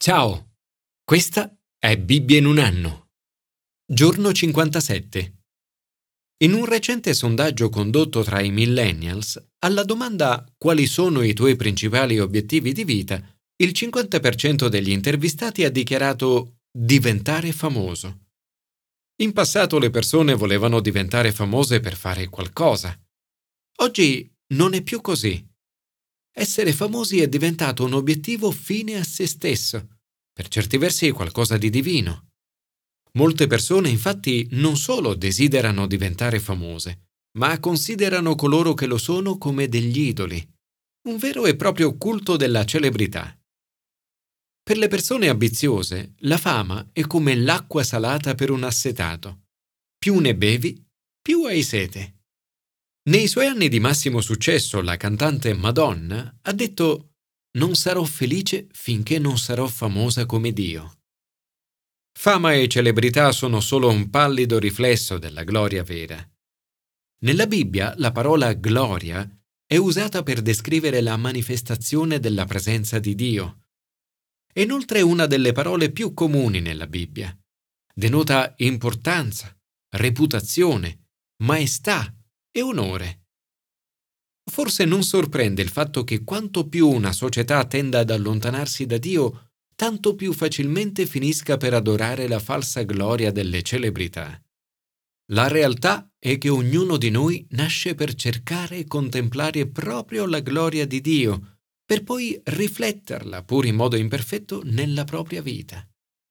Ciao, questa è Bibbia in un anno. Giorno 57. In un recente sondaggio condotto tra i millennials, alla domanda «Quali sono i tuoi principali obiettivi di vita?», il 50% degli intervistati ha dichiarato «diventare famoso». In passato le persone volevano diventare famose per fare qualcosa. Oggi non è più così. Essere famosi è diventato un obiettivo fine a se stesso. Per certi versi è qualcosa di divino. Molte persone infatti non solo desiderano diventare famose, ma considerano coloro che lo sono come degli idoli, un vero e proprio culto della celebrità. Per le persone ambiziose, la fama è come l'acqua salata per un assetato. Più ne bevi, più hai sete. Nei suoi anni di massimo successo, la cantante Madonna ha detto: «Non sarò felice finché non sarò famosa come Dio». Fama e celebrità sono solo un pallido riflesso della gloria vera. Nella Bibbia la parola gloria è usata per descrivere la manifestazione della presenza di Dio. È inoltre una delle parole più comuni nella Bibbia. Denota importanza, reputazione, maestà e onore. Forse non sorprende il fatto che quanto più una società tenda ad allontanarsi da Dio, tanto più facilmente finisca per adorare la falsa gloria delle celebrità. La realtà è che ognuno di noi nasce per cercare e contemplare proprio la gloria di Dio, per poi rifletterla, pur in modo imperfetto, nella propria vita.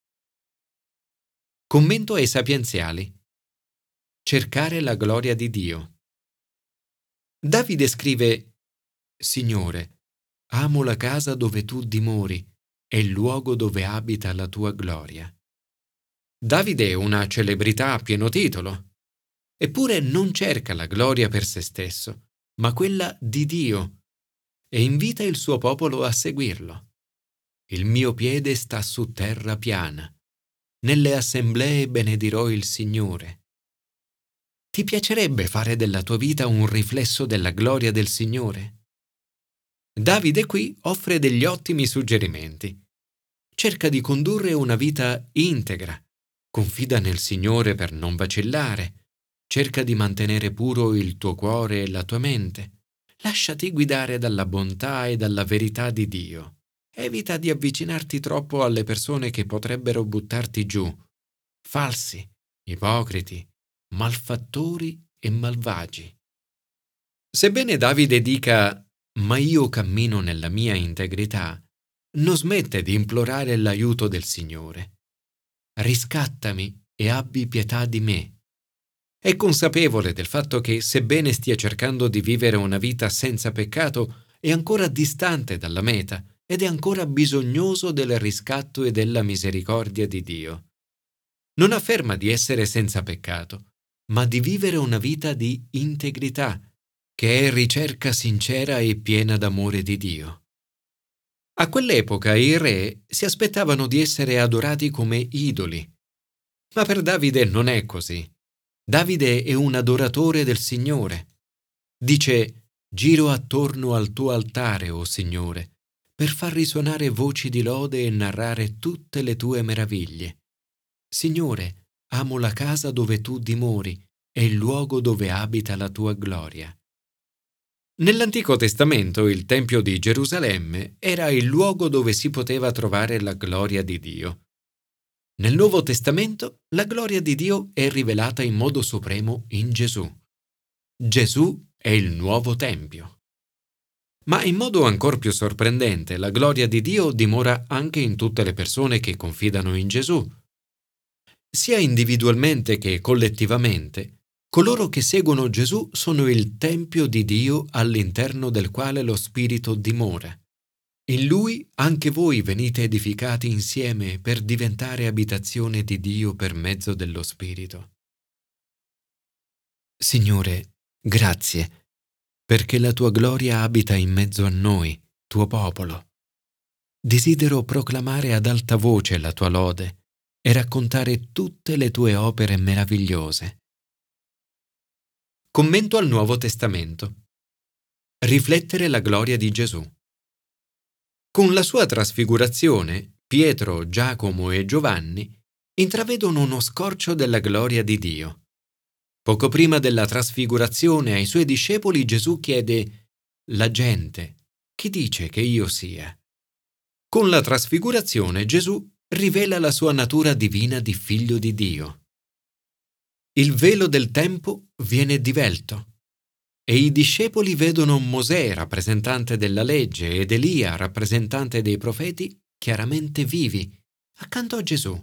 Commento ai sapienziali. Cercare la gloria di Dio. Davide scrive: «Signore, amo la casa dove tu dimori e il luogo dove abita la tua gloria». Davide è una celebrità a pieno titolo, eppure non cerca la gloria per se stesso, ma quella di Dio, e invita il suo popolo a seguirlo. «Il mio piede sta su terra piana, nelle assemblee benedirò il Signore». Ti piacerebbe fare della tua vita un riflesso della gloria del Signore? Davide qui offre degli ottimi suggerimenti. Cerca di condurre una vita integra, confida nel Signore per non vacillare, cerca di mantenere puro il tuo cuore e la tua mente, lasciati guidare dalla bontà e dalla verità di Dio. Evita di avvicinarti troppo alle persone che potrebbero buttarti giù, falsi, ipocriti, malfattori e malvagi. Sebbene Davide dica «ma io cammino nella mia integrità», non smette di implorare l'aiuto del Signore. «Riscattami e abbi pietà di me». È consapevole del fatto che, sebbene stia cercando di vivere una vita senza peccato, è ancora distante dalla meta ed è ancora bisognoso del riscatto e della misericordia di Dio. Non afferma di essere senza peccato, ma di vivere una vita di integrità, che è ricerca sincera e piena d'amore di Dio. A quell'epoca i re si aspettavano di essere adorati come idoli, ma per Davide non è così. Davide è un adoratore del Signore. Dice: «Giro attorno al tuo altare, o Signore, per far risuonare voci di lode e narrare tutte le tue meraviglie. Signore, amo la casa dove tu dimori e il luogo dove abita la tua gloria». Nell'Antico Testamento il Tempio di Gerusalemme era il luogo dove si poteva trovare la gloria di Dio. Nel Nuovo Testamento la gloria di Dio è rivelata in modo supremo in Gesù. Gesù è il nuovo Tempio. Ma in modo ancor più sorprendente, la gloria di Dio dimora anche in tutte le persone che confidano in Gesù. Sia individualmente che collettivamente, coloro che seguono Gesù sono il Tempio di Dio all'interno del quale lo Spirito dimora. In Lui anche voi venite edificati insieme per diventare abitazione di Dio per mezzo dello Spirito. Signore, grazie, perché la tua gloria abita in mezzo a noi, tuo popolo. Desidero proclamare ad alta voce la tua lode e raccontare tutte le tue opere meravigliose. Commento al Nuovo Testamento. Riflettere la gloria di Gesù. Con la sua trasfigurazione, Pietro, Giacomo e Giovanni intravedono uno scorcio della gloria di Dio. Poco prima della trasfigurazione ai suoi discepoli Gesù chiede: «La gente, chi dice che io sia?» Con la trasfigurazione Gesù rivela la sua natura divina di figlio di Dio. Il velo del tempo viene divelto e i discepoli vedono Mosè, rappresentante della legge, ed Elia, rappresentante dei profeti, chiaramente vivi, accanto a Gesù.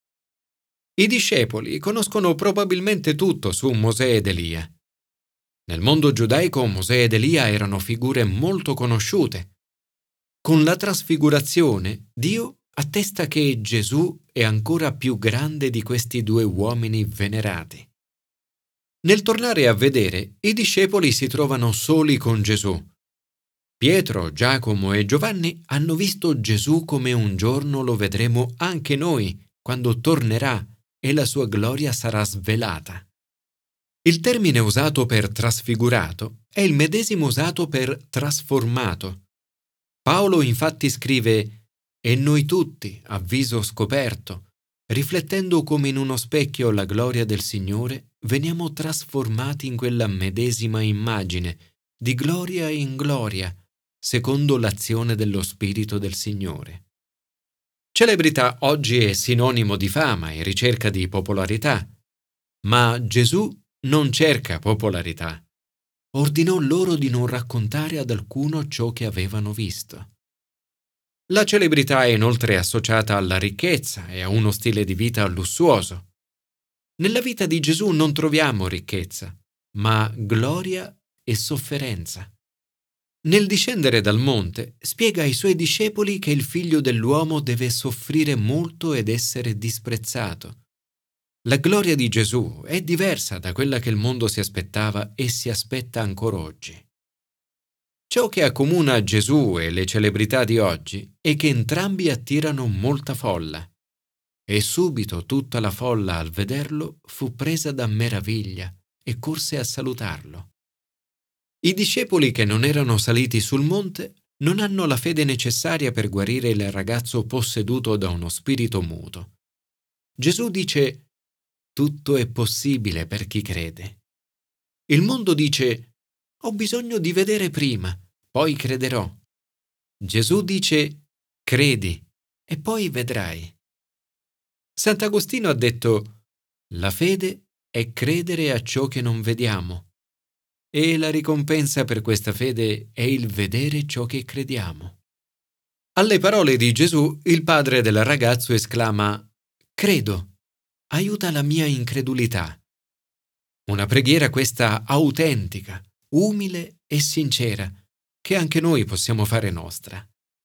I discepoli conoscono probabilmente tutto su Mosè ed Elia. Nel mondo giudaico Mosè ed Elia erano figure molto conosciute. Con la trasfigurazione, Dio attesta che Gesù è ancora più grande di questi due uomini venerati. Nel tornare a vedere, i discepoli si trovano soli con Gesù. Pietro, Giacomo e Giovanni hanno visto Gesù come un giorno lo vedremo anche noi, quando tornerà e la sua gloria sarà svelata. Il termine usato per trasfigurato è il medesimo usato per trasformato. Paolo infatti scrive: «E noi tutti, a viso scoperto, riflettendo come in uno specchio la gloria del Signore, veniamo trasformati in quella medesima immagine, di gloria in gloria, secondo l'azione dello Spirito del Signore». Celebrità oggi è sinonimo di fama e ricerca di popolarità, ma Gesù non cerca popolarità. Ordinò loro di non raccontare ad alcuno ciò che avevano visto. La celebrità è inoltre associata alla ricchezza e a uno stile di vita lussuoso. Nella vita di Gesù non troviamo ricchezza, ma gloria e sofferenza. Nel discendere dal monte, spiega ai suoi discepoli che il figlio dell'uomo deve soffrire molto ed essere disprezzato. La gloria di Gesù è diversa da quella che il mondo si aspettava e si aspetta ancora oggi. Ciò che accomuna Gesù e le celebrità di oggi è che entrambi attirano molta folla. E subito tutta la folla al vederlo fu presa da meraviglia e corse a salutarlo. I discepoli che non erano saliti sul monte non hanno la fede necessaria per guarire il ragazzo posseduto da uno spirito muto. Gesù dice: «Tutto è possibile per chi crede». Il mondo dice: «Ho bisogno di vedere prima, poi crederò». Gesù dice: «Credi e poi vedrai». Sant'Agostino ha detto: «La fede è credere a ciò che non vediamo, e la ricompensa per questa fede è il vedere ciò che crediamo». Alle parole di Gesù, il padre del ragazzo esclama: «Credo, aiuta la mia incredulità». Una preghiera questa autentica, umile e sincera, che anche noi possiamo fare nostra.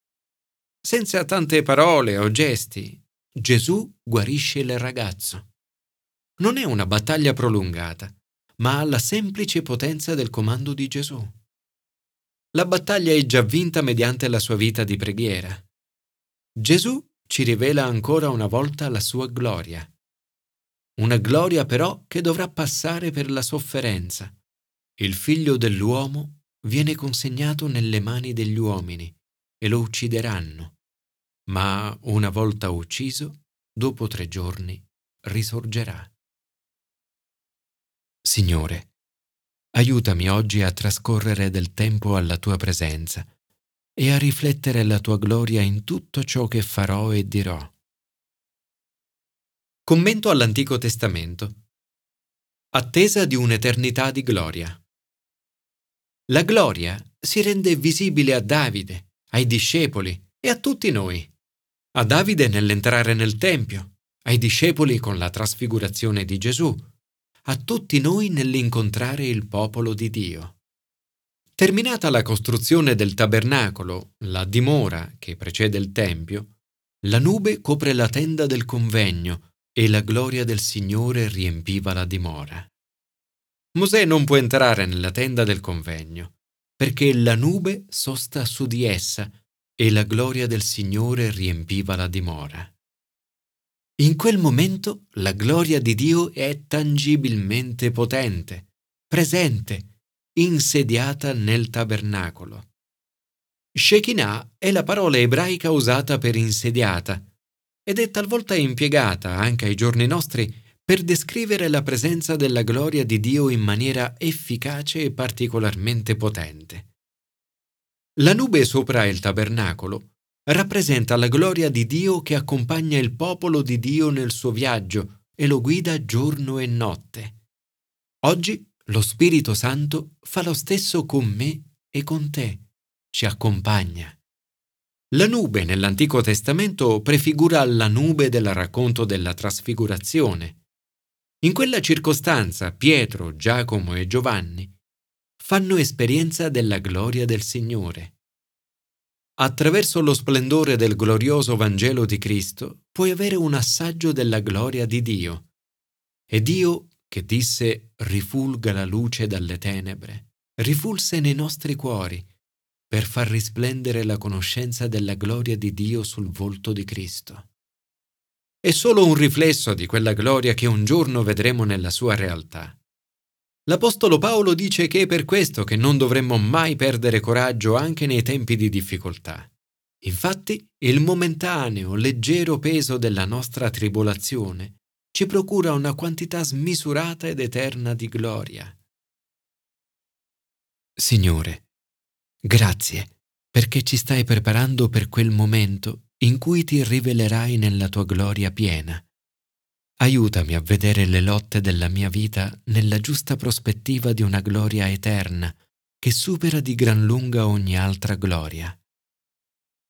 Senza tante parole o gesti, Gesù guarisce il ragazzo. Non è una battaglia prolungata, ma ha la semplice potenza del comando di Gesù. La battaglia è già vinta mediante la sua vita di preghiera. Gesù ci rivela ancora una volta la sua gloria. Una gloria però che dovrà passare per la sofferenza. Il figlio dell'uomo viene consegnato nelle mani degli uomini e lo uccideranno, ma una volta ucciso, dopo 3 giorni, risorgerà. Signore, aiutami oggi a trascorrere del tempo alla tua presenza e a riflettere la tua gloria in tutto ciò che farò e dirò. Commento all'Antico Testamento. Attesa di un'eternità di gloria. La gloria si rende visibile a Davide, ai discepoli e a tutti noi. A Davide nell'entrare nel Tempio, ai discepoli con la trasfigurazione di Gesù, a tutti noi nell'incontrare il popolo di Dio. Terminata la costruzione del tabernacolo, la dimora che precede il Tempio, la nube copre la tenda del convegno e la gloria del Signore riempiva la dimora. Mosè non può entrare nella tenda del convegno, perché la nube sosta su di essa e la gloria del Signore riempiva la dimora. In quel momento la gloria di Dio è tangibilmente potente, presente, insediata nel tabernacolo. Shekinah è la parola ebraica usata per insediata, ed è talvolta impiegata anche ai giorni nostri per descrivere la presenza della gloria di Dio in maniera efficace e particolarmente potente. La nube sopra il tabernacolo rappresenta la gloria di Dio che accompagna il popolo di Dio nel suo viaggio e lo guida giorno e notte. Oggi lo Spirito Santo fa lo stesso con me e con te, ci accompagna. La nube nell'Antico Testamento prefigura la nube del racconto della trasfigurazione. In quella circostanza Pietro, Giacomo e Giovanni fanno esperienza della gloria del Signore. Attraverso lo splendore del glorioso Vangelo di Cristo puoi avere un assaggio della gloria di Dio. E Dio, che disse rifulga la luce dalle tenebre, rifulse nei nostri cuori per far risplendere la conoscenza della gloria di Dio sul volto di Cristo. È solo un riflesso di quella gloria che un giorno vedremo nella sua realtà. L'Apostolo Paolo dice che è per questo che non dovremmo mai perdere coraggio anche nei tempi di difficoltà. Infatti, il momentaneo, leggero peso della nostra tribolazione ci procura una quantità smisurata ed eterna di gloria. Signore, grazie perché ci stai preparando per quel momento in cui ti rivelerai nella tua gloria piena. Aiutami a vedere le lotte della mia vita nella giusta prospettiva di una gloria eterna che supera di gran lunga ogni altra gloria.